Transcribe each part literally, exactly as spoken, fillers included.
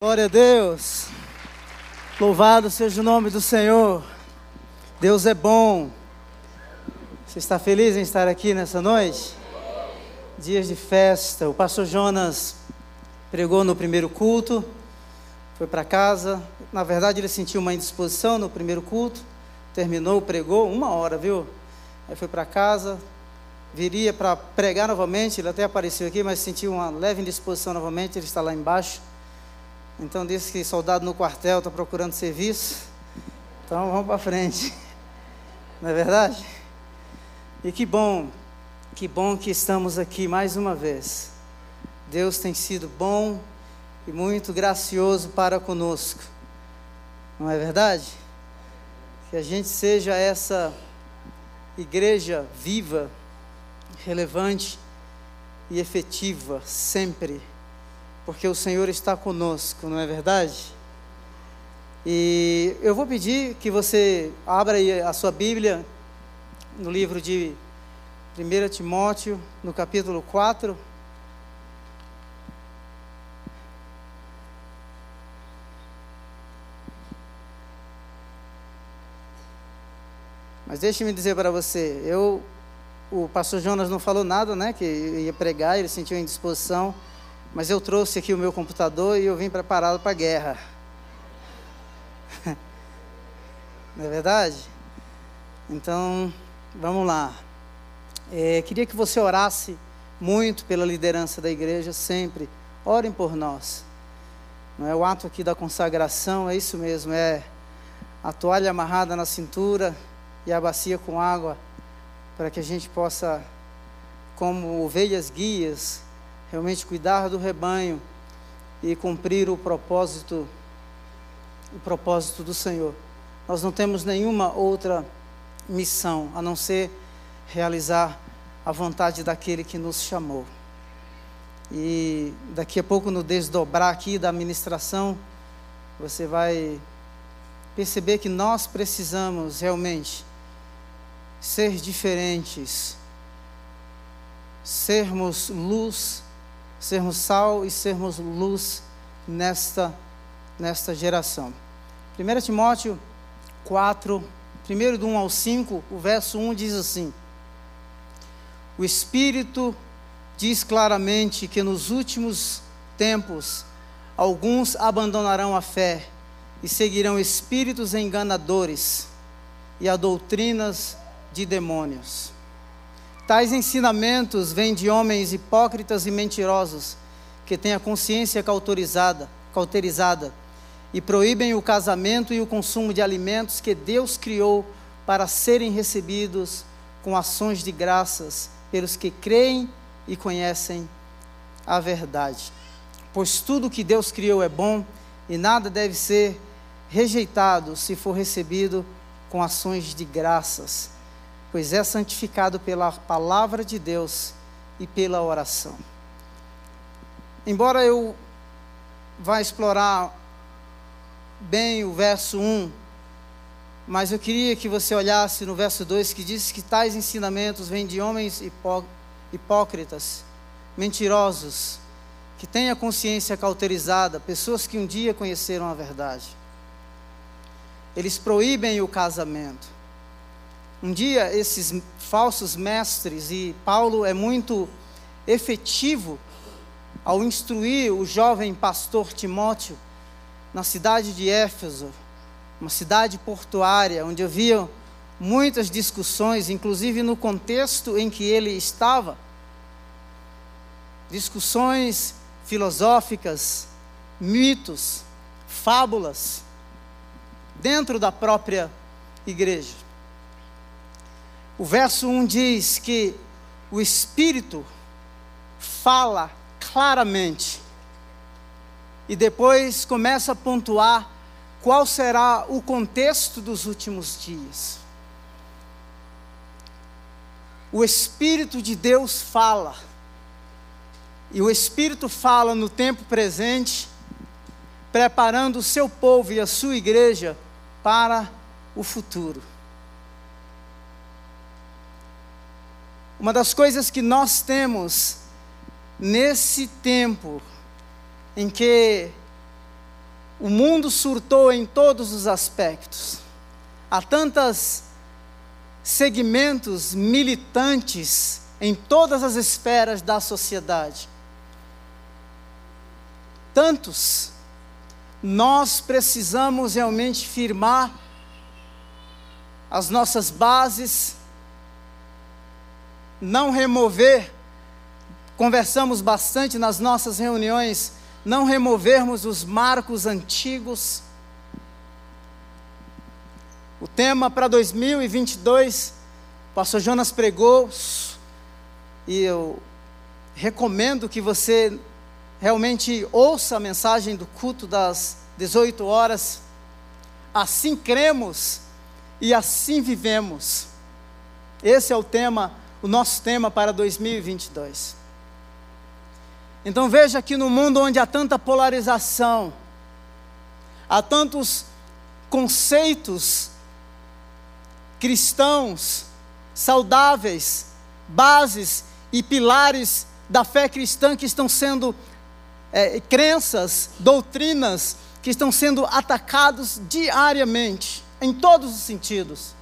Glória a Deus, louvado seja o nome do Senhor. Deus é bom. Você está feliz em estar aqui nessa noite? Dias de festa. O pastor Jonas pregou no primeiro culto, foi para casa. Na verdade ele sentiu uma indisposição no primeiro culto, terminou, pregou uma hora, viu? Aí foi para casa, viria para pregar novamente. Ele até apareceu aqui, mas sentiu uma leve indisposição novamente. Ele está lá embaixo. Então disse que soldado no quartel está procurando serviço. Então vamos para frente. Não é verdade? E que bom, que bom que estamos aqui mais uma vez. Deus tem sido bom e muito gracioso para conosco. Não é verdade? Que a gente seja essa igreja viva, relevante e efetiva sempre. Porque o Senhor está conosco, não é verdade? E eu vou pedir que você abra aí a sua Bíblia no livro de primeiro Timóteo, no capítulo quatro. Mas deixe-me dizer para você, eu, o pastor Jonas não falou nada, né, que ia pregar, ele sentiu indisposição. Mas eu trouxe aqui o meu computador e eu vim preparado para a guerra. Não é verdade? Então, vamos lá. É, queria que você orasse muito pela liderança da igreja, sempre. Orem por nós. Não é o ato aqui da consagração, é isso mesmo, é a toalha amarrada na cintura e a bacia com água, para que a gente possa, como ovelhas guias, realmente cuidar do rebanho e cumprir o propósito, o propósito do Senhor. Nós não temos nenhuma outra missão a não ser realizar a vontade daquele que nos chamou. E daqui a pouco, no desdobrar aqui da ministração, você vai perceber que nós precisamos realmente ser diferentes, sermos luz, sermos sal e sermos luz nesta, nesta geração. primeiro Timóteo quatro, primeiro do um ao cinco, o verso um diz assim: o Espírito diz claramente que nos últimos tempos alguns abandonarão a fé e seguirão espíritos enganadores e a doutrinas de demônios. Tais ensinamentos vêm de homens hipócritas e mentirosos, que têm a consciência cauterizada, cauterizada e proíbem o casamento e o consumo de alimentos que Deus criou para serem recebidos com ações de graças pelos que creem e conhecem a verdade. Pois tudo que Deus criou é bom e nada deve ser rejeitado se for recebido com ações de graças, pois é santificado pela palavra de Deus e pela oração. Embora eu vá explorar bem o verso um, mas eu queria que você olhasse no verso dois, que diz que tais ensinamentos vêm de homens hipó- hipócritas, mentirosos, que têm a consciência cauterizada, pessoas que um dia conheceram a verdade. Eles proíbem o casamento. Um dia esses falsos mestres, e Paulo é muito efetivo ao instruir o jovem pastor Timóteo na cidade de Éfeso, uma cidade portuária, onde havia muitas discussões, inclusive no contexto em que ele estava, discussões filosóficas, mitos, fábulas, dentro da própria igreja. O verso um diz que o Espírito fala claramente e depois começa a pontuar qual será o contexto dos últimos dias. O Espírito de Deus fala, e o Espírito fala no tempo presente, preparando o seu povo e a sua igreja para o futuro. Uma das coisas que nós temos nesse tempo em que o mundo surtou em todos os aspectos. Há tantos segmentos militantes em todas as esferas da sociedade. Tantos. Nós precisamos realmente firmar as nossas bases, não remover, conversamos bastante nas nossas reuniões, não removermos os marcos antigos. O tema para dois mil e vinte e dois, o pastor Jonas pregou, e eu recomendo que você realmente ouça a mensagem do culto das dezoito horas. Assim cremos e assim vivemos. Esse é o tema, o nosso tema para dois mil e vinte e dois. Então veja que no mundo onde há tanta polarização, há tantos conceitos cristãos saudáveis, bases e pilares da fé cristã que estão sendo É, crenças, doutrinas que estão sendo atacados diariamente, em todos os sentidos.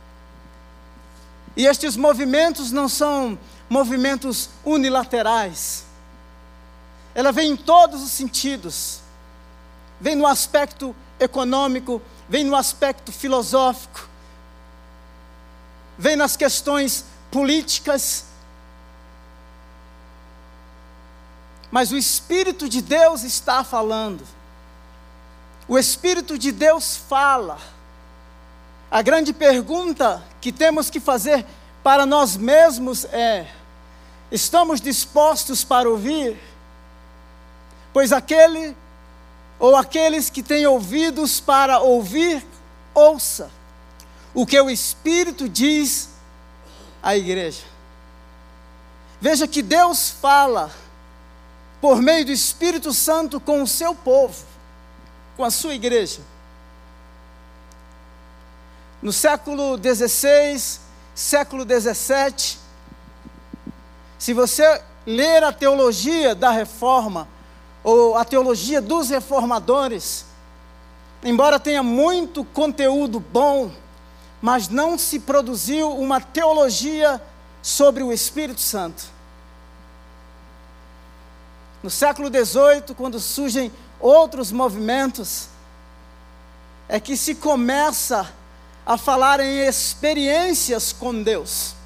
E estes movimentos não são movimentos unilaterais. Ela vem em todos os sentidos. Vem no aspecto econômico, vem no aspecto filosófico, vem nas questões políticas. Mas o Espírito de Deus está falando. O Espírito de Deus fala. A grande pergunta que temos que fazer para nós mesmos é: estamos dispostos para ouvir? Pois aquele ou aqueles que têm ouvidos para ouvir, ouça o que o Espírito diz à igreja. Veja que Deus fala por meio do Espírito Santo com o seu povo, com a sua igreja. No século dezesseis, século dezessete, se você ler a teologia da reforma, ou a teologia dos reformadores, embora tenha muito conteúdo bom, mas não se produziu uma teologia sobre o Espírito Santo. No século dezoito, quando surgem outros movimentos, é que se começa a falar em experiências com Deus.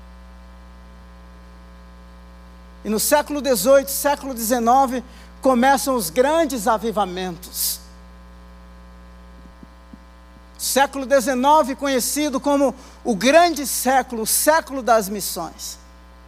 E no século dezoito, século dezenove, começam os grandes avivamentos. Século dezenove, conhecido como o grande século, o século das missões.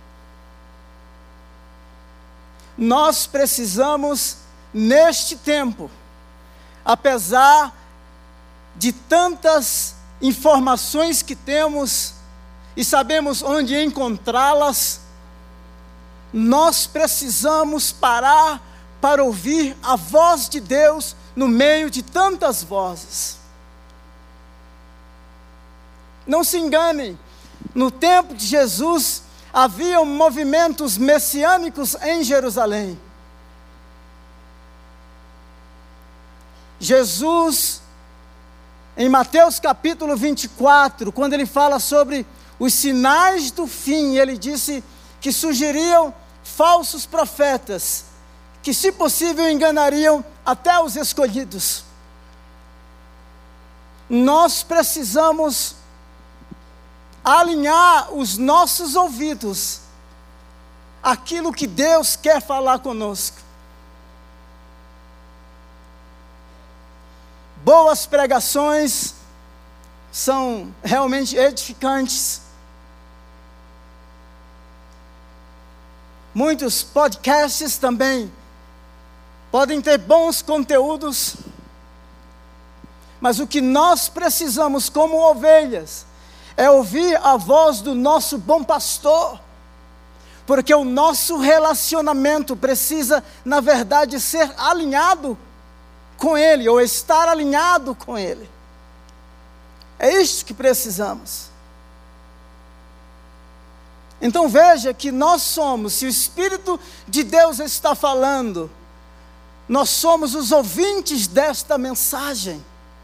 Nós precisamos, neste tempo, apesar de tantas informações que temos e sabemos onde encontrá-las, nós precisamos parar para ouvir a voz de Deus no meio de tantas vozes. Não se enganem, no tempo de Jesus, haviam movimentos messiânicos em Jerusalém. Jesus, em Mateus capítulo vinte e quatro, quando ele fala sobre os sinais do fim, ele disse que surgiriam falsos profetas, que se possível enganariam até os escolhidos. Nós precisamos alinhar os nossos ouvidos àquilo que Deus quer falar conosco. Boas pregações são realmente edificantes. Muitos podcasts também podem ter bons conteúdos, mas o que nós precisamos como ovelhas é ouvir a voz do nosso bom pastor, porque o nosso relacionamento precisa, na verdade, ser alinhado com Ele, ou estar alinhado com Ele. É isso que precisamos. Então veja que nós somos, se o Espírito de Deus está falando, nós somos os ouvintes desta mensagem.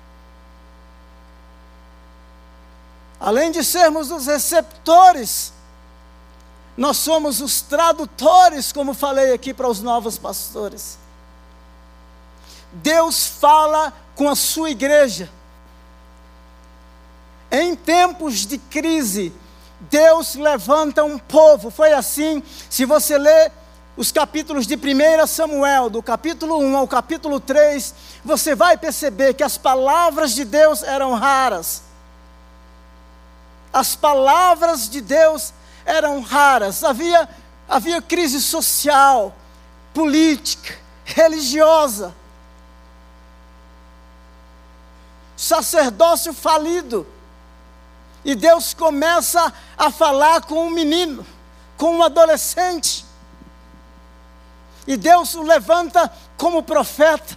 Além de sermos os receptores, nós somos os tradutores, como falei aqui para os novos pastores. Deus fala com a sua igreja. Em tempos de crise, Deus levanta um povo. Foi assim, se você ler os capítulos de primeiro Samuel, do capítulo um ao capítulo três, você vai perceber que as palavras de Deus eram raras. As palavras de Deus eram raras. Havia, havia crise social, política, religiosa. Sacerdócio falido. E Deus começa a falar com um menino, com um adolescente. E Deus o levanta como profeta.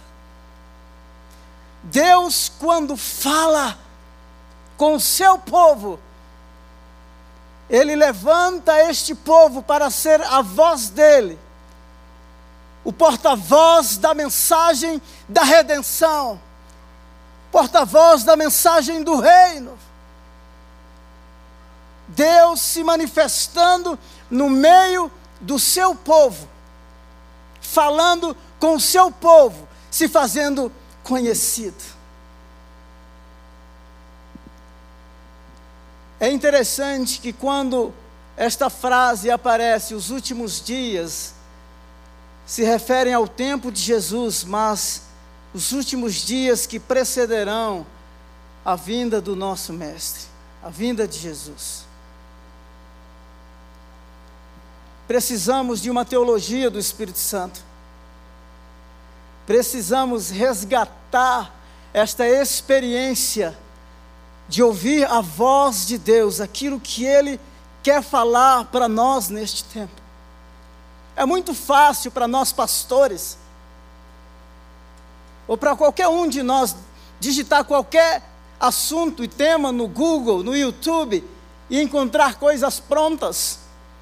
Deus, quando fala com o seu povo, Ele levanta este povo para ser a voz dele, o porta-voz da mensagem da redenção, porta-voz da mensagem do reino. Deus se manifestando no meio do seu povo, falando com o seu povo, se fazendo conhecido. É interessante que quando esta frase aparece, os últimos dias, se referem ao tempo de Jesus, mas os últimos dias que precederão a vinda do nosso Mestre, a vinda de Jesus. Precisamos de uma teologia do Espírito Santo. Precisamos resgatar esta experiência de ouvir a voz de Deus, aquilo que Ele quer falar para nós neste tempo. É muito fácil para nós pastores, ou para qualquer um de nós, digitar qualquer assunto e tema no Google, no YouTube, e encontrar coisas prontas.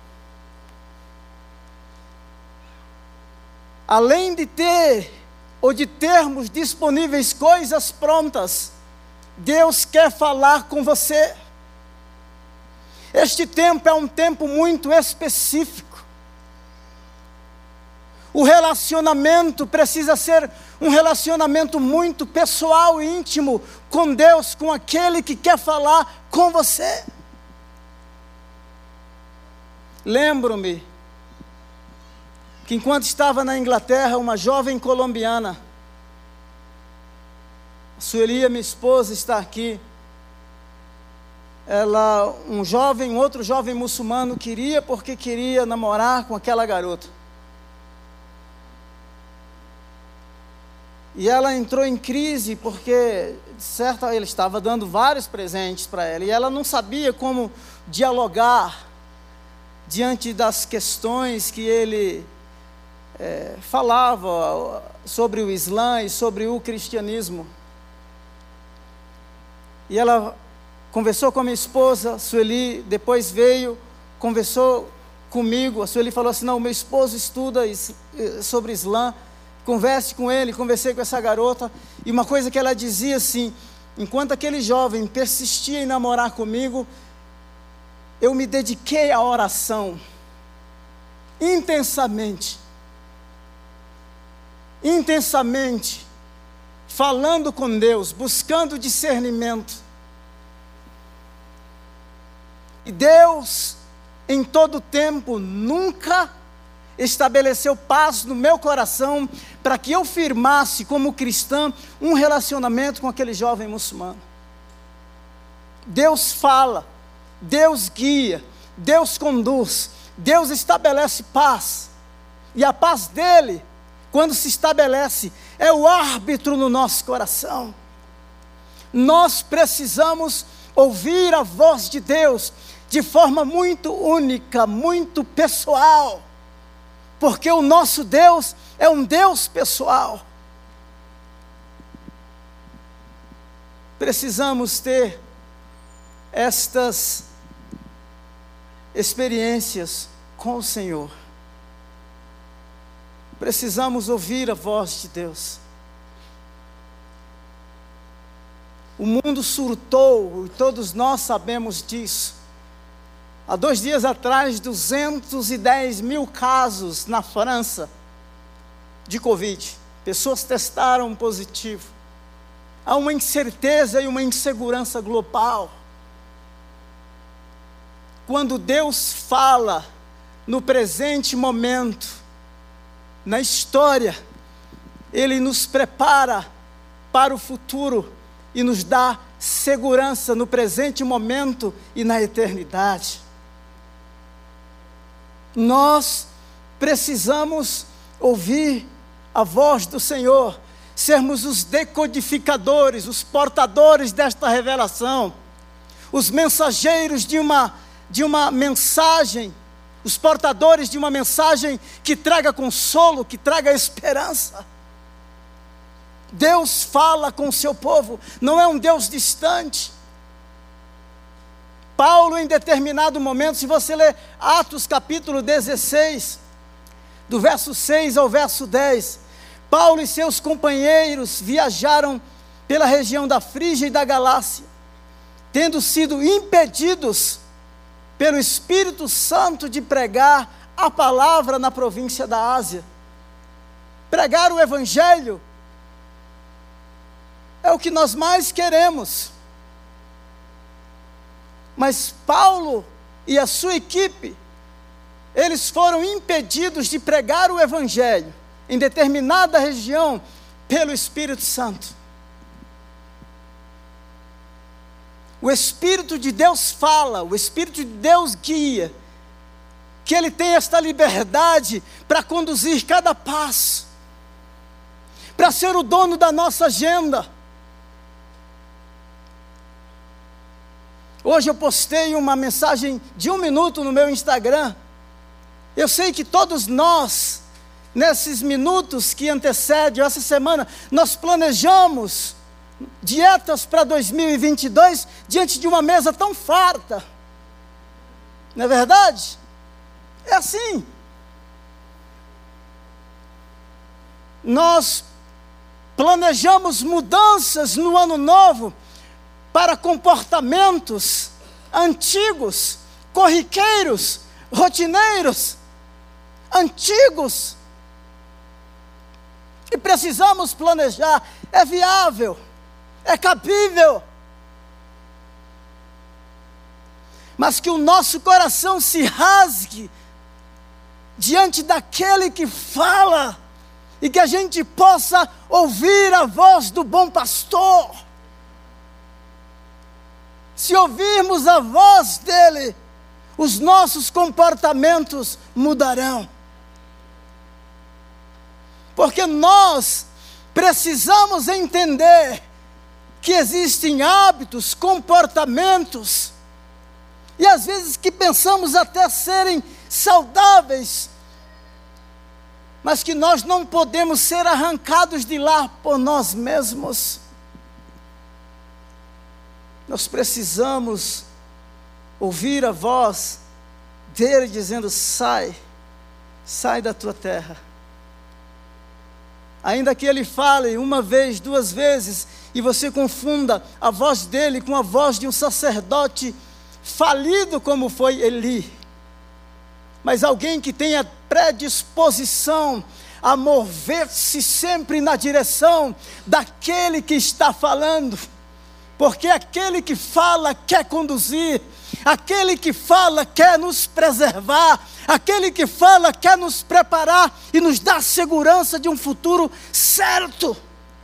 Além de ter, ou de termos disponíveis coisas prontas, Deus quer falar com você. Este tempo é um tempo muito específico. O relacionamento precisa ser um relacionamento muito pessoal e íntimo com Deus, com aquele que quer falar com você. Lembro-me que enquanto estava na Inglaterra, uma jovem colombiana, a Sueli, minha esposa, está aqui. Ela, um jovem, um outro jovem muçulmano, queria porque queria namorar com aquela garota. E ela entrou em crise porque, de certa, ele estava dando vários presentes para ela, e ela não sabia como dialogar diante das questões que ele É, falava sobre o Islã e sobre o cristianismo. E ela conversou com a minha esposa, Sueli, depois veio, conversou comigo. A Sueli falou assim: não, meu esposo estuda is, sobre Islã, converse com ele. Conversei com essa garota, e uma coisa que ela dizia assim: enquanto aquele jovem persistia em namorar comigo, eu me dediquei à oração, intensamente, intensamente, falando com Deus, buscando discernimento. E Deus, em todo tempo, nunca estabeleceu paz no meu coração para que eu firmasse como cristã um relacionamento com aquele jovem muçulmano. Deus fala, Deus guia, Deus conduz, Deus estabelece paz, e a paz dele, quando se estabelece, é o árbitro no nosso coração. Nós precisamos ouvir a voz de Deus de forma muito única, muito pessoal, porque o nosso Deus é um Deus pessoal. Precisamos ter estas experiências com o Senhor. precisamos ouvir a voz de Deus. O mundo surtou, e todos nós sabemos disso. Há dois dias atrás, duzentos e dez mil casos na França de Covid. Pessoas testaram positivo. Há uma incerteza e uma insegurança global. Quando Deus fala no presente momento, na história, Ele nos prepara para o futuro e nos dá segurança no presente momento e na eternidade. Nós precisamos ouvir a voz do Senhor, sermos os decodificadores, os portadores desta revelação, os mensageiros de uma, de uma mensagem, os portadores de uma mensagem que traga consolo, que traga esperança. Deus fala com o seu povo, não é um Deus distante. Paulo, em determinado momento, se você ler Atos capítulo dezesseis, do verso seis ao verso dez, Paulo e seus companheiros viajaram pela região da Frígia e da Galácia, tendo sido impedidos pelo Espírito Santo de pregar a palavra na província da Ásia. Pregar o Evangelho é o que nós mais queremos. Mas Paulo e a sua equipe, eles foram impedidos de pregar o Evangelho em determinada região pelo Espírito Santo. O Espírito de Deus fala, o Espírito de Deus guia, que Ele tem esta liberdade para conduzir cada passo, para ser o dono da nossa agenda. Hoje eu postei uma mensagem de um minuto no meu Instagram. Eu sei que todos nós, nesses minutos que antecedem essa semana, nós planejamos dietas para dois mil e vinte e dois diante de uma mesa tão farta. Não é verdade? É assim. Nós planejamos mudanças no ano novo para comportamentos antigos, corriqueiros, rotineiros, antigos. E precisamos planejar, é viável, é cabível. Mas que o nosso coração se rasgue diante daquele que fala, e que a gente possa ouvir a voz do bom pastor. Se ouvirmos a voz dele, os nossos comportamentos mudarão. Porque nós precisamos entender que existem hábitos, comportamentos, e às vezes que pensamos até serem saudáveis, mas que nós não podemos ser arrancados de lá por nós mesmos. Nós precisamos ouvir a voz dele dizendo: sai, sai da tua terra. Ainda que ele fale uma vez, duas vezes, e você confunda a voz dele com a voz de um sacerdote falido como foi Eli, mas alguém que tenha predisposição a mover-se sempre na direção daquele que está falando, porque aquele que fala quer conduzir, aquele que fala quer nos preservar, aquele que fala quer nos preparar e nos dar segurança de um futuro certo.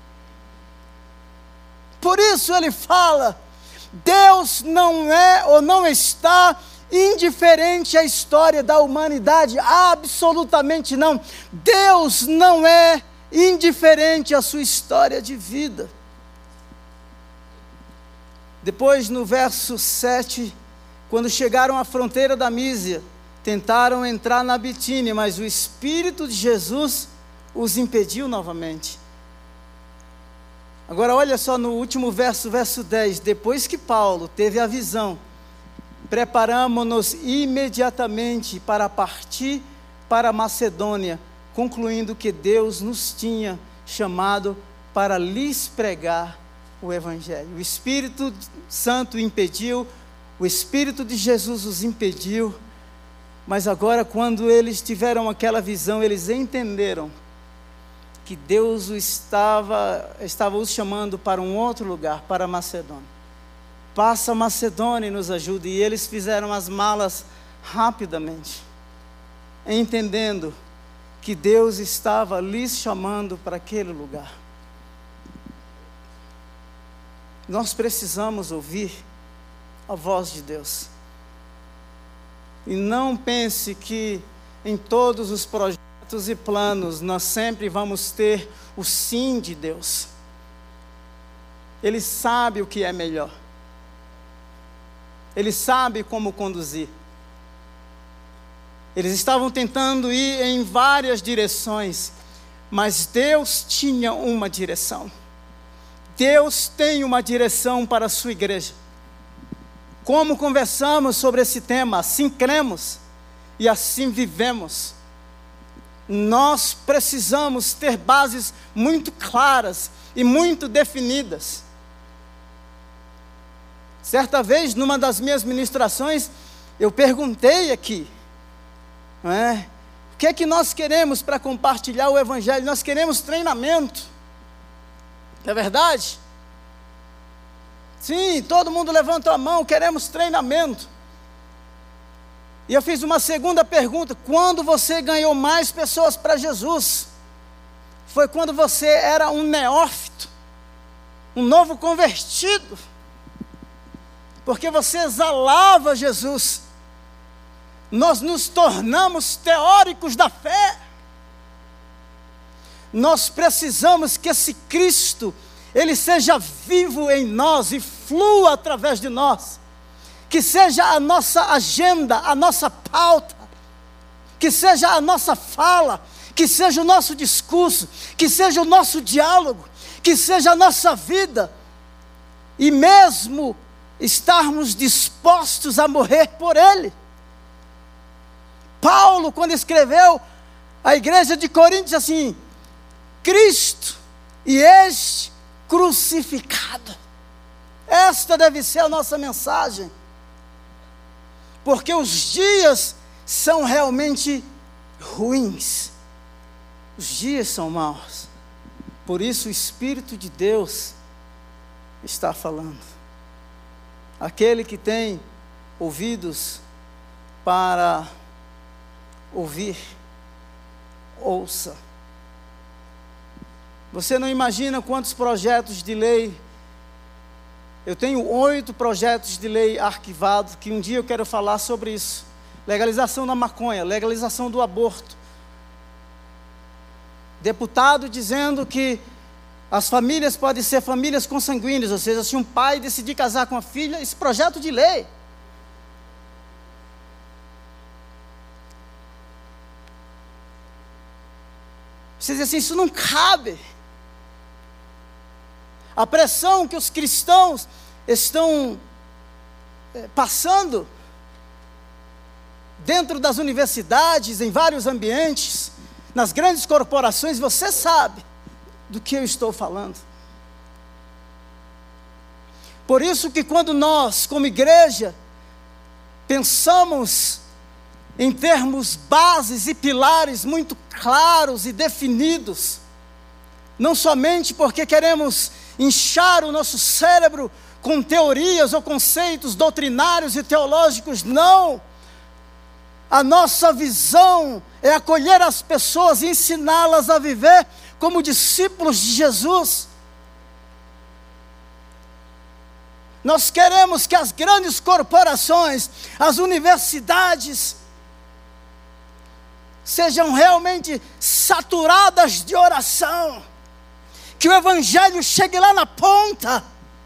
Por isso ele fala: Deus não é ou não está indiferente à história da humanidade, absolutamente não. Deus não é indiferente à sua história de vida. Depois, no verso sete, quando chegaram à fronteira da Mísia, tentaram entrar na Bitínia, mas o Espírito de Jesus os impediu novamente. Agora olha só no último verso, verso dez, depois que Paulo teve a visão, preparamo-nos imediatamente para partir para a Macedônia, concluindo que Deus nos tinha chamado para lhes pregar o Evangelho. O Espírito Santo impediu, o Espírito de Jesus os impediu, mas agora, quando eles tiveram aquela visão, eles entenderam que Deus o estava, estava os chamando para um outro lugar, para a Macedônia. Passa a Macedônia e nos ajude. E eles fizeram as malas rapidamente, entendendo que Deus estava lhes chamando para aquele lugar. Nós precisamos ouvir a voz de Deus. E não pense que em todos os projetos e planos nós sempre vamos ter o sim de Deus. Ele sabe o que é melhor. Ele sabe como conduzir. Eles estavam tentando ir em várias direções, mas Deus tinha uma direção. Deus tem uma direção para a sua igreja. Como conversamos sobre esse tema, assim cremos e assim vivemos. Nós precisamos ter bases muito claras e muito definidas. Certa vez, numa das minhas ministrações, eu perguntei aqui, não é? O que é que nós queremos para compartilhar o Evangelho? Nós queremos treinamento. Não é verdade? Sim, todo mundo levanta a mão, queremos treinamento. E eu fiz uma segunda pergunta: quando você ganhou mais pessoas para Jesus? Foi quando você era um neófito, um novo convertido, porque você exalava Jesus. Nós nos tornamos teóricos da fé. Nós precisamos que esse Cristo, Ele seja vivo em nós e flua através de nós. Que seja a nossa agenda, a nossa pauta. Que seja a nossa fala. Que seja o nosso discurso. Que seja o nosso diálogo. Que seja a nossa vida. E mesmo estarmos dispostos a morrer por Ele. Paulo, quando escreveu a igreja de Corinto, diz assim: Cristo e este crucificado. Esta deve ser a nossa mensagem. Porque os dias são realmente ruins. Os dias são maus. Por isso o Espírito de Deus está falando. Aquele que tem ouvidos para ouvir, ouça. Você não imagina quantos projetos de lei. Eu tenho oito projetos de lei arquivados, que um dia eu quero falar sobre isso. Legalização da maconha, legalização do aborto. Deputado dizendo que as famílias podem ser famílias consanguíneas, ou seja, se um pai decidir casar com a filha, esse projeto de lei. Você diz assim, isso não cabe. A pressão que os cristãos estão é, passando dentro das universidades, em vários ambientes, nas grandes corporações, você sabe do que eu estou falando. Por isso que quando nós, como igreja, pensamos em termos bases e pilares muito claros e definidos, não somente porque queremos inchar o nosso cérebro com teorias ou conceitos doutrinários e teológicos, não. A nossa visão é acolher as pessoas e ensiná-las a viver como discípulos de Jesus. Nós queremos que as grandes corporações, as universidades, sejam realmente saturadas de oração, que o Evangelho chegue lá na ponta,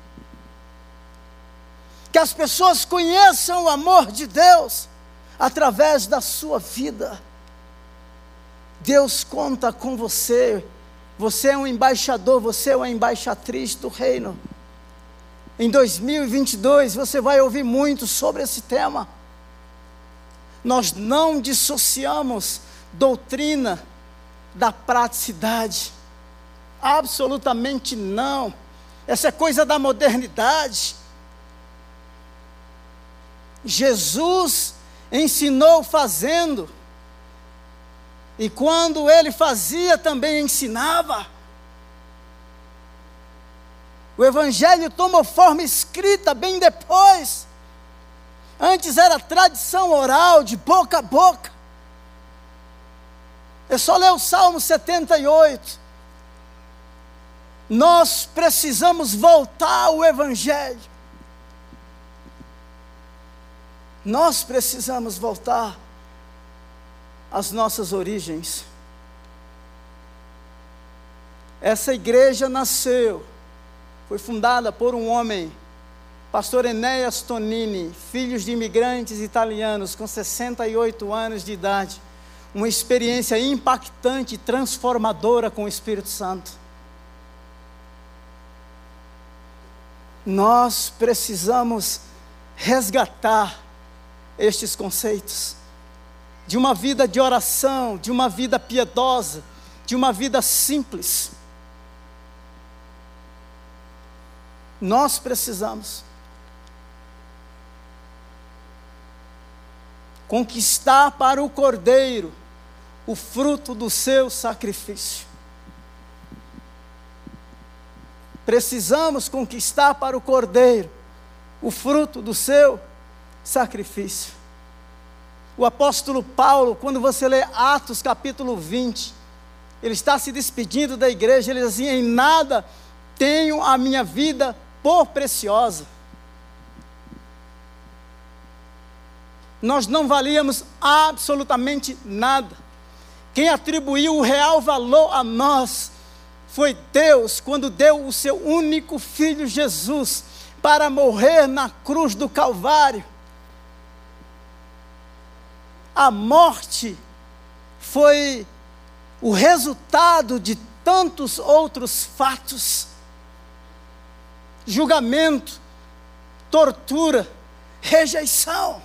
que as pessoas conheçam o amor de Deus através da sua vida. Deus conta com você, você é um embaixador, você é uma embaixatriz do reino. Em dois mil e vinte e dois você vai ouvir muito sobre esse tema. Nós não dissociamos doutrina da praticidade. Absolutamente não. Essa é coisa da modernidade. Jesus ensinou fazendo. E quando ele fazia, também ensinava. O Evangelho tomou forma escrita bem depois. Antes era tradição oral, de boca a boca. É só ler o Salmo setenta e oito. Nós precisamos voltar ao Evangelho. Nós precisamos voltar às nossas origens. Essa igreja nasceu, foi fundada por um homem, pastor Enéas Tonini, filhos de imigrantes italianos com sessenta e oito anos de idade. Uma experiência impactante, transformadora com o Espírito Santo. Nós precisamos resgatar estes conceitos de uma vida de oração, de uma vida piedosa, de uma vida simples. Nós precisamos conquistar para o Cordeiro o fruto do seu sacrifício. Precisamos conquistar para o Cordeiro o fruto do seu sacrifício. O apóstolo Paulo, quando você lê Atos capítulo vinte, ele está se despedindo da igreja, ele diz assim: em nada tenho a minha vida por preciosa. Nós não valíamos absolutamente nada. Quem atribuiu o real valor a nós foi Deus, quando deu o seu único filho Jesus para morrer na cruz do Calvário. A morte foi o resultado de tantos outros fatos: julgamento, tortura, rejeição.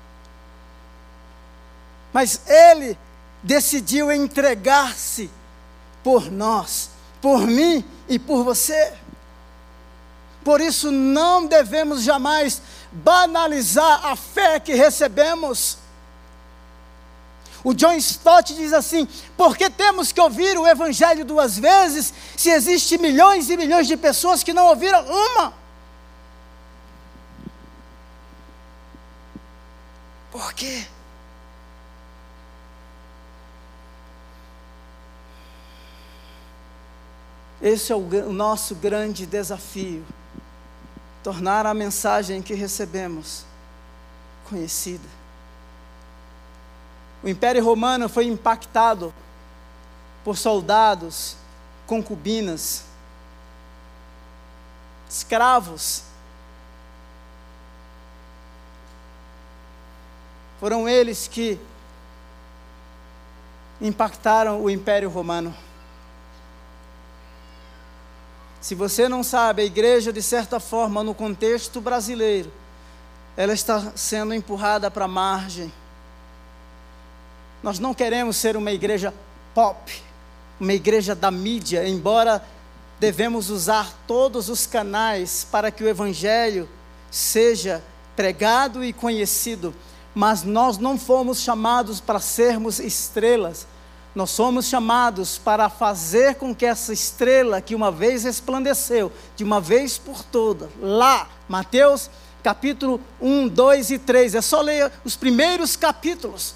Mas Ele decidiu entregar-se por nós, por mim e por você. Por isso não devemos jamais banalizar a fé que recebemos. O John Stott diz assim: por que temos que ouvir o Evangelho duas vezes, se existem milhões e milhões de pessoas que não ouviram uma? Por quê? Esse é o, o nosso grande desafio: tornar a mensagem que recebemos conhecida. O Império Romano foi impactado por soldados, concubinas, escravos. Foram eles que impactaram o Império Romano. Se você não sabe, a igreja, de certa forma, no contexto brasileiro, ela está sendo empurrada para a margem. Nós não queremos ser uma igreja pop, uma igreja da mídia, embora devemos usar todos os canais para que o Evangelho seja pregado e conhecido, mas nós não fomos chamados para sermos estrelas. Nós somos chamados para fazer com que essa estrela que uma vez resplandeceu, de uma vez por toda, lá, Mateus capítulo um, dois e três, é só ler os primeiros capítulos.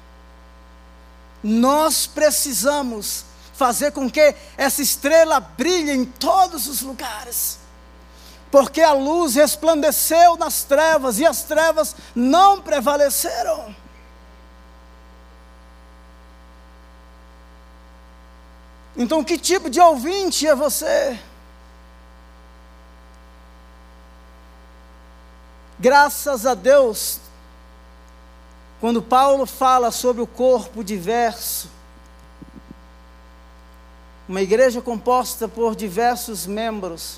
Nós precisamos fazer com que essa estrela brilhe em todos os lugares, porque a luz resplandeceu nas trevas e as trevas não prevaleceram. Então, que tipo de ouvinte é você? Graças a Deus, quando Paulo fala sobre o corpo diverso, uma igreja composta por diversos membros,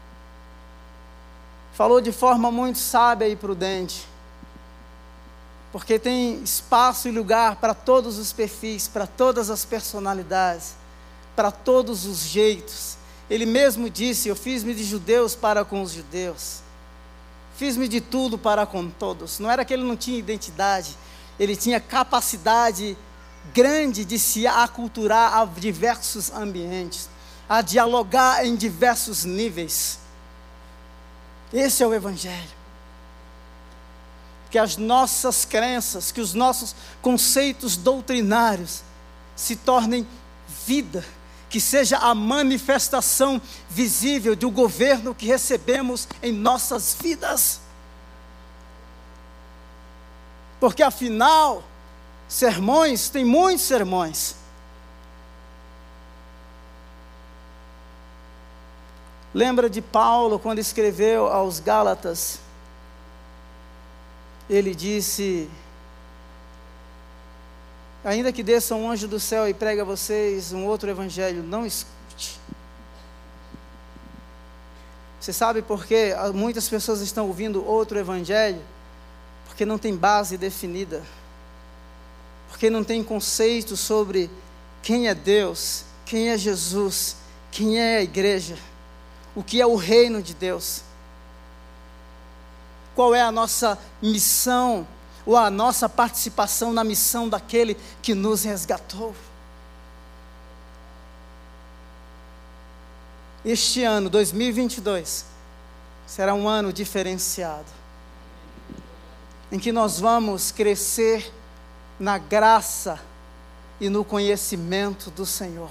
falou de forma muito sábia e prudente. porque tem espaço e lugar para todos os perfis, para todas as personalidades, para todos os jeitos. Ele mesmo disse: eu fiz-me de judeus para com os judeus, fiz-me de tudo para com todos. Não era que ele não tinha identidade, ele tinha capacidade grande de se aculturar a diversos ambientes, a dialogar em diversos níveis. Esse é o Evangelho. Que as nossas crenças, que os nossos conceitos doutrinários se tornem vida, que seja a manifestação visível do governo que recebemos em nossas vidas. Porque afinal, sermões, tem muitos sermões. Lembra de Paulo quando escreveu aos Gálatas? Ele disse: ainda que desça um anjo do céu e pregue a vocês um outro evangelho, não escute. Você sabe por que muitas pessoas estão ouvindo outro evangelho? Porque não tem base definida, porque não tem conceito sobre quem é Deus, quem é Jesus, quem é a igreja, o que é o reino de Deus. Qual é a nossa missão, ou a nossa participação na missão daquele que nos resgatou. Este ano, dois mil e vinte e dois, será um ano diferenciado, em que nós vamos crescer na graça e no conhecimento do Senhor.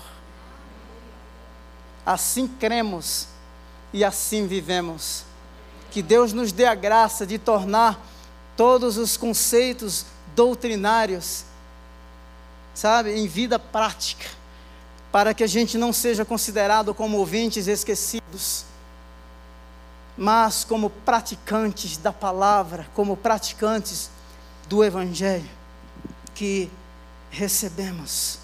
Assim cremos e assim vivemos. Que Deus nos dê a graça de tornar todos os conceitos doutrinários, sabe, em vida prática, para que a gente não seja considerado como ouvintes esquecidos, mas como praticantes da palavra, como praticantes do Evangelho que recebemos.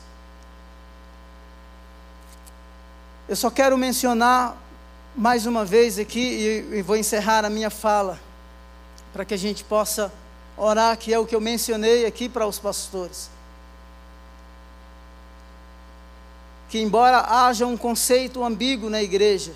Eu só quero mencionar mais uma vez aqui, e, e vou encerrar a minha fala, para que a gente possa orar, que é o que eu mencionei aqui para os pastores. Que embora haja um conceito ambíguo na igreja,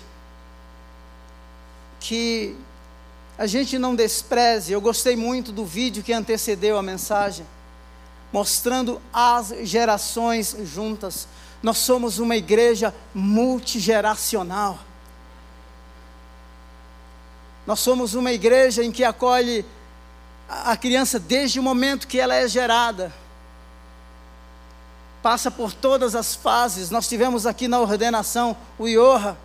que a gente não despreze. Eu gostei muito do vídeo que antecedeu a mensagem, mostrando as gerações juntas. Nós somos uma igreja multigeracional. Nós somos uma igreja em que acolhe a criança desde o momento que ela é gerada. Passa por todas as fases. Nós tivemos aqui na ordenação o Ioha.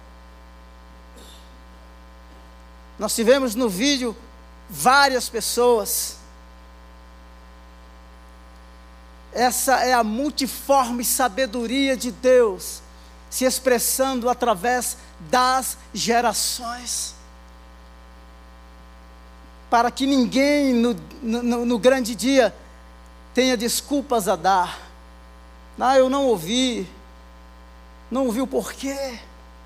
Nós tivemos no vídeo várias pessoas. Essa é a multiforme sabedoria de Deus se expressando através das gerações. Para que ninguém no, no, no grande dia tenha desculpas a dar. Ah, eu não ouvi, não ouvi o porquê.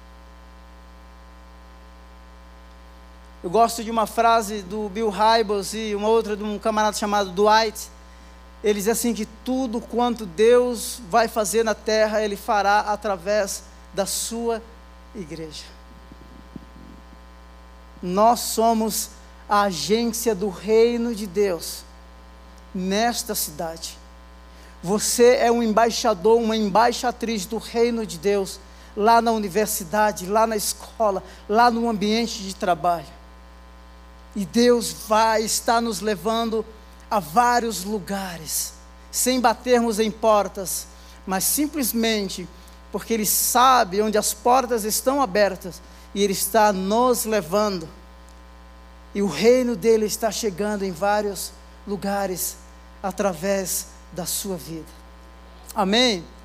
Eu gosto de uma frase do Bill Hybels e uma outra de um camarada chamado Dwight. Ele diz assim, que tudo quanto Deus vai fazer na terra, Ele fará através da sua igreja. Nós somos a agência do reino de Deus nesta cidade. Você é um embaixador, uma embaixatriz do reino de Deus, lá na universidade, lá na escola, lá no ambiente de trabalho. E Deus vai estar nos levando a vários lugares, sem batermos em portas, mas simplesmente porque Ele sabe onde as portas estão abertas, e Ele está nos levando. E o reino dele está chegando em vários lugares, através da sua vida. Amém?